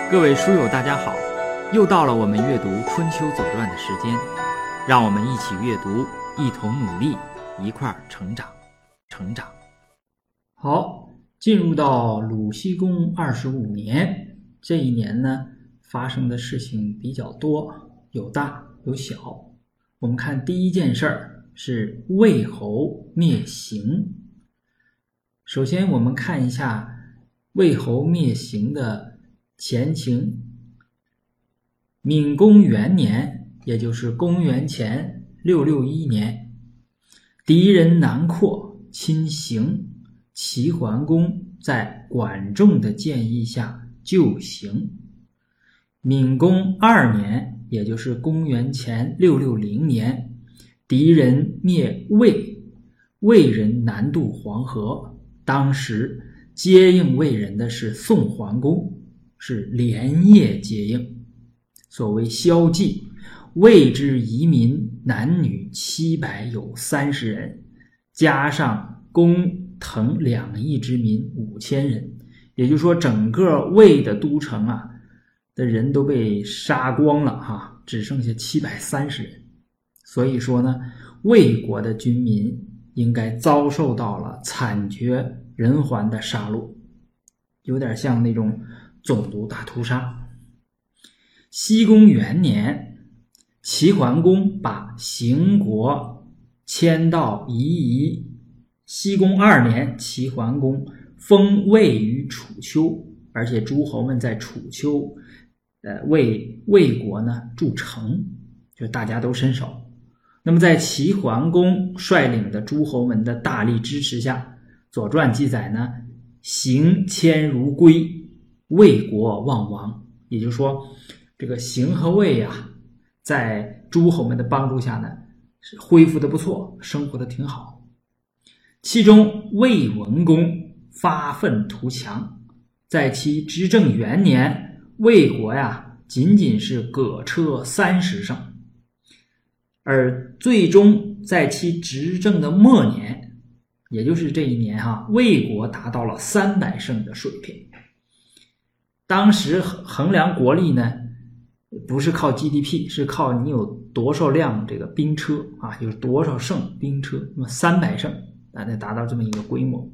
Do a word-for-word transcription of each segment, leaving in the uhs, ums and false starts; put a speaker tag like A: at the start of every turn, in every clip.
A: 各位书友大家好，又到了我们阅读春秋左传的时间，让我们一起阅读，一同努力，一块儿成长成长。
B: 好，进入到鲁僖公二十五年，这一年呢发生的事情比较多，有大有小。我们看第一件事儿是魏侯灭邢。首先我们看一下魏侯灭邢的前情。闵公元年，也就是公元前六六一年，敌人南扩侵邢，齐桓公在管仲的建议下救邢。闵公二年，也就是公元前六六零年，敌人灭魏，魏人南渡黄河，当时接应魏人的是宋桓公，是连夜接应。所谓萧纪，魏之移民男女七百有三十人，加上公腾两邑之民五千人，也就是说整个魏的都城啊的人都被杀光了哈，只剩下七百三十人。所以说呢，魏国的军民应该遭受到了惨绝人寰的杀戮，有点像那种种族大屠杀。僖公元年，齐桓公把邢国迁到夷夷。僖公二年，齐桓公封魏于楚丘，而且诸侯们在楚丘呃，为魏国呢筑城，就大家都伸手。那么在齐桓公率领的诸侯们的大力支持下，左传记载呢，邢迁如归，魏国望亡。也就是说，这个邢和魏啊，在诸侯们的帮助下呢，是恢复的不错，生活的挺好。其中魏文公发愤图强，在其执政元年，魏国呀仅仅是葛车三十胜，而最终在其执政的末年，也就是这一年哈，魏国达到了三百胜的水平。当时衡量国力呢，不是靠 G D P， 是靠你有多少辆这个兵车啊，有多少胜兵车，那么三百胜啊，才达到这么一个规模。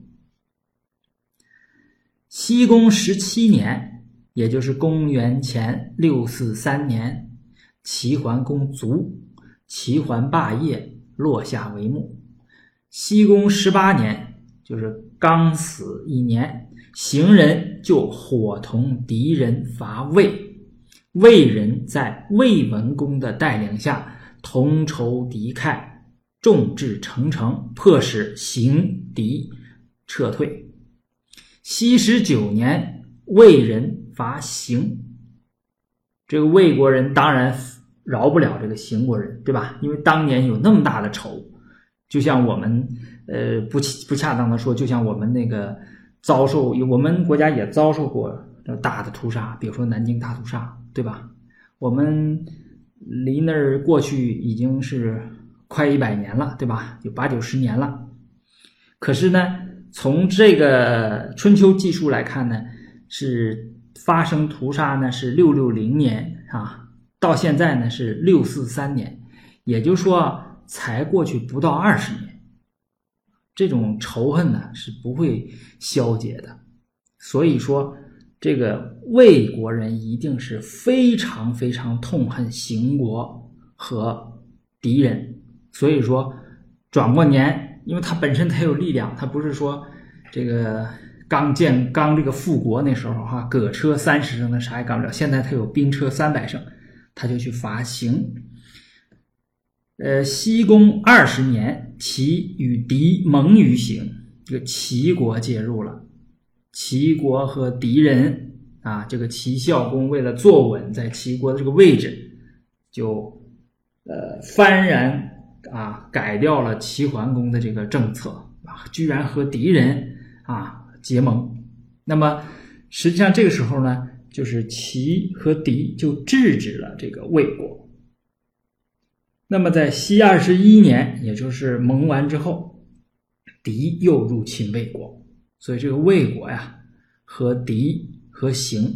B: 僖公十七年，也就是公元前六四三年，齐桓公卒，齐桓霸业落下帷幕。僖公十八年，就是刚死一年，邢人就伙同敌人伐魏，魏人在魏文公的带领下同仇敌忾，众志成城，迫使邢敌撤退。僖十九年，魏人伐邢，这个魏国人当然饶不了这个邢国人，对吧？因为当年有那么大的仇，就像我们呃不不恰当的说，就像我们那个遭受，我们国家也遭受过大的屠杀，比如说南京大屠杀，对吧？我们离那儿过去已经是快一百年了，对吧？有八九十年了。可是呢，从这个春秋记述来看呢，是发生屠杀呢是六六零年啊，到现在呢是六四三年，也就是说才过去不到二十年。这种仇恨呢是不会消解的。所以说这个魏国人一定是非常非常痛恨邢国和敌人。所以说转过年，因为他本身他有力量，他不是说这个刚建刚这个复国那时候哈，葛车三十胜他啥也干不了，现在他有兵车三百胜，他就去伐邢。呃，僖公二十年，齐与敌盟于邢，这个齐国介入了。齐国和敌人啊，这个齐孝公为了坐稳在齐国的这个位置，就呃幡然啊改掉了齐桓公的这个政策啊，居然和敌人啊结盟。那么实际上这个时候呢，就是齐和敌就制止了这个魏国。那么在僖二十一年，也就是盟完之后，敌又入侵魏国，所以这个魏国呀和敌和邢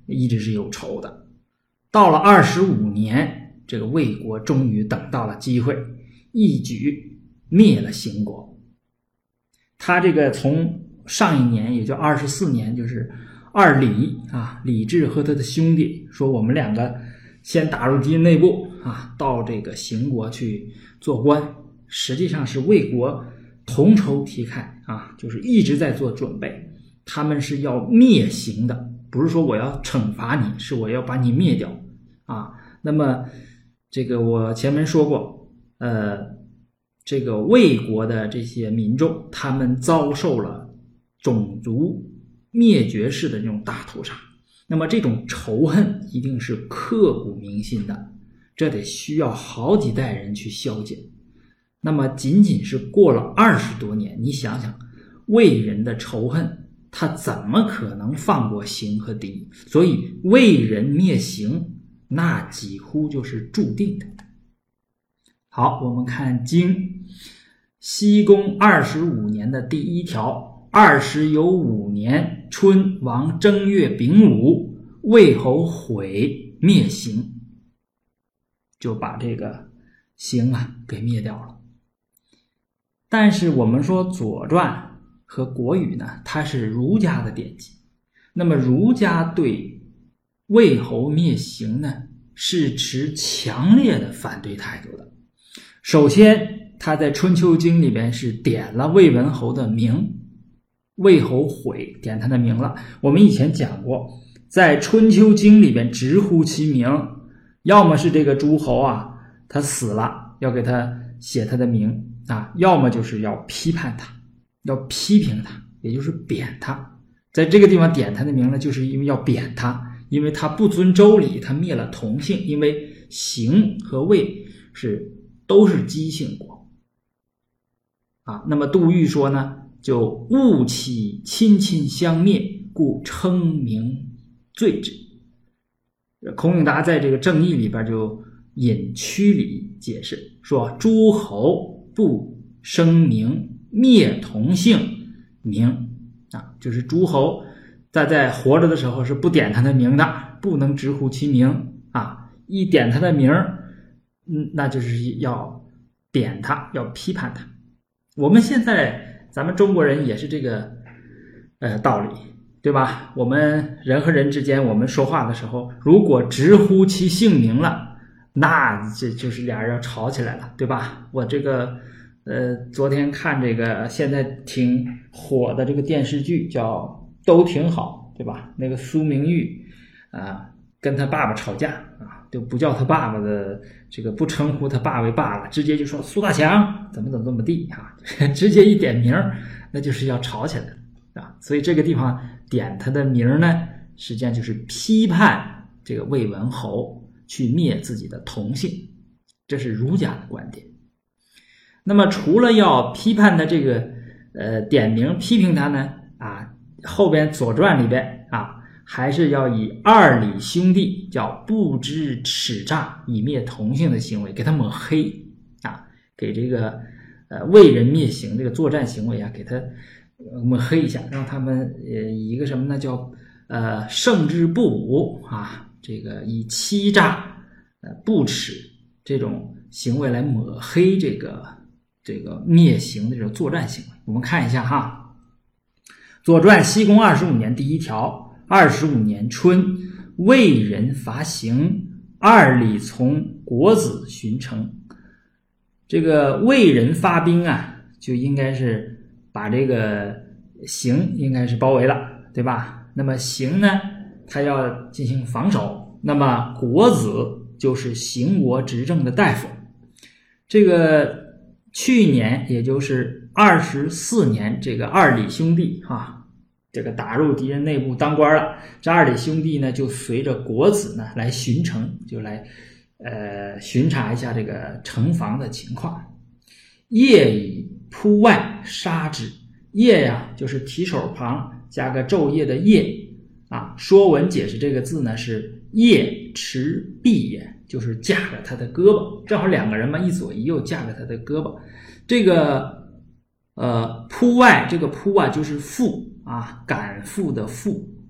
B: 一直是有仇的。到了二十五年，这个魏国终于等到了机会，一举灭了邢国。他这个从上一年，也就二十四年，就是二李啊，李治和他的兄弟说，我们两个先打入敌人内部啊，到这个邢国去做官。实际上是魏国同仇敌忾啊，就是一直在做准备，他们是要灭邢的，不是说我要惩罚你，是我要把你灭掉啊。那么这个我前面说过，呃，这个魏国的这些民众，他们遭受了种族灭绝式的这种大屠杀，那么这种仇恨一定是刻骨铭心的，这得需要好几代人去消解。那么仅仅是过了二十多年，你想想魏人的仇恨，他怎么可能放过邢和狄？所以魏人灭邢那几乎就是注定的。好，我们看经西公二十五年的第一条，二十有五年春，王正月丙午，魏侯毁灭邢，就把这个邢啊给灭掉了。但是我们说《左传》和《国语》呢，它是儒家的典籍，那么儒家对魏侯灭邢呢是持强烈的反对态度的。首先他在《春秋经》里边是点了魏文侯的名，魏侯毁点他的名了。我们以前讲过，在《春秋经》里边直呼其名，要么是这个诸侯啊他死了要给他写他的名啊，要么就是要批判他，要批评他，也就是贬他。在这个地方点他的名呢，就是因为要贬他，因为他不遵周礼，他灭了同姓，因为邢和魏是都是姬姓国啊。那么杜预说呢，就勿其亲亲相灭，故称名罪之。孔颖达在这个正义里边就引曲礼解释说，诸侯不生名，灭同姓名啊，就是诸侯在在活着的时候是不点他的名的，不能直呼其名啊，一点他的名嗯，那就是要贬他，要批判他。我们现在咱们中国人也是这个呃道理，对吧？我们人和人之间，我们说话的时候，如果直呼其姓名了，那这就是俩人要吵起来了，对吧？我这个呃，昨天看这个现在挺火的这个电视剧叫《都挺好》，对吧？那个苏明玉啊，跟他爸爸吵架啊，就不叫他爸爸的这个，不称呼他爸为爸了，直接就说苏大强怎么怎么怎么地啊，直接一点名，那就是要吵起来了啊。所以这个地方点他的名呢，实际上就是批判这个魏文侯去灭自己的同姓，这是儒家的观点。那么除了要批判他这个呃点名批评他呢啊，后边《左传》里边啊，还是要以二李兄弟叫不知耻诈以灭同姓的行为给他抹黑啊，给这个呃魏人灭邢这个作战行为啊给他抹黑一下，让他们呃以一个什么呢，叫呃胜之不武啊，这个以欺诈呃不耻这种行为来抹黑这个这个灭邢的这种作战行为。我们看一下哈，《左传》西公二十五年第一条，二十五年春，魏人伐邢，二李从国子巡城。这个魏人发兵啊，就应该是把这个邢应该是包围了，对吧？那么邢呢，他要进行防守，那么国子就是邢国执政的大夫。这个去年也就是二十四年，这个二李兄弟啊，这个打入敌人内部当官了。这二李兄弟呢，就随着国子呢来巡城，就来呃巡查一下这个城防的情况。夜以铺外杀之，夜呀就是提手旁加个昼夜的夜啊。说文解释这个字呢是夜持臂也，就是架着他的胳膊，正好两个人嘛，一左一右架着他的胳膊。这个呃铺外，这个铺啊就是负啊，赶赴的赴，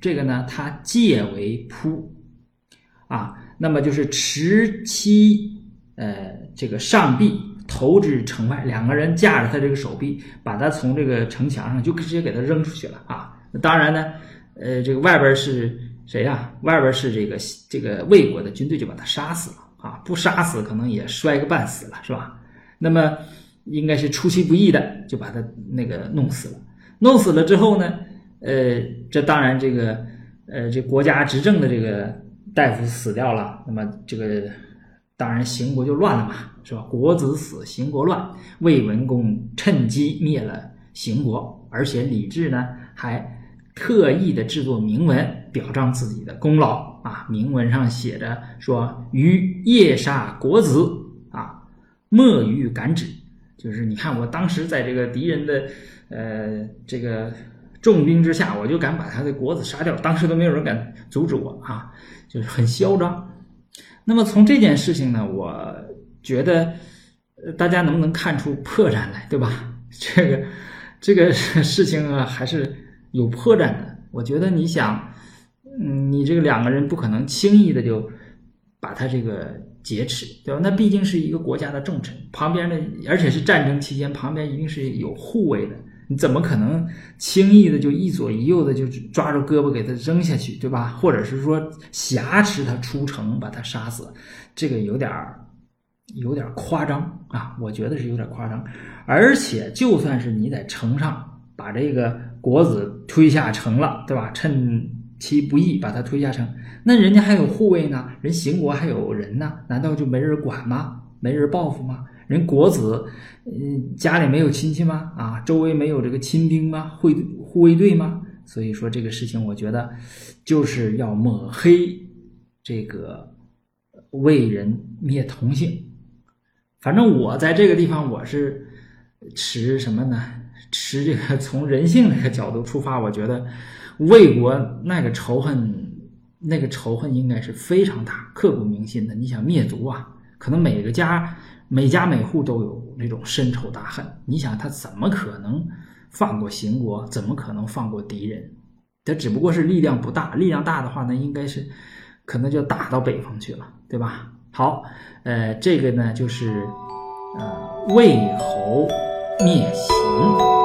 B: 这个呢它借为扑啊，那么就是持其呃这个上臂投至城外，两个人架着他这个手臂，把他从这个城墙上就直接给他扔出去了啊。当然呢，呃，这个外边是谁呀、啊？外边是这个这个魏国的军队就把他杀死了啊，不杀死可能也摔个半死了，是吧？那么应该是出其不意的就把他那个弄死了。弄死了之后呢，呃，这当然这个呃这国家执政的这个大夫死掉了，那么这个。当然邢国就乱了嘛，是吧？国子死，邢国乱。魏文公趁机灭了邢国，而且李治呢还特意的制作铭文表彰自己的功劳啊。铭文上写着说：“于夜杀国子啊，莫于敢止。”就是你看我当时在这个敌人的呃这个重兵之下，我就敢把他的国子杀掉，当时都没有人敢阻止我啊，就是很嚣张。那么从这件事情呢，我觉得大家能不能看出破绽来，对吧？这个这个事情啊，还是有破绽的。我觉得你想，嗯，你这个两个人不可能轻易的就把他这个劫持，对吧？那毕竟是一个国家的重臣，旁边的而且是战争期间，旁边一定是有护卫的。你怎么可能轻易的就一左一右的就抓住胳膊给他扔下去，对吧？或者是说挟持他出城把他杀死，这个有点有点夸张啊，我觉得是有点夸张。而且就算是你在城上把这个国子推下城了，对吧？趁其不意把他推下城，那人家还有护卫呢，人邢国还有人呢，难道就没人管吗？没人报复吗？人国子，嗯，家里没有亲戚吗？啊，周围没有这个亲兵吗？护护卫队吗？所以说这个事情，我觉得就是要抹黑这个魏人灭同姓。反正我在这个地方，我是持什么呢？持这个从人性这个角度出发，我觉得魏国那个仇恨，那个仇恨应该是非常大、刻骨铭心的。你想灭族啊，可能每个家。每家每户都有那种深仇大恨，你想他怎么可能放过邢国？怎么可能放过敌人？他只不过是力量不大，力量大的话呢，应该是可能就打到北方去了，对吧？好，呃，这个呢就是呃魏侯灭邢。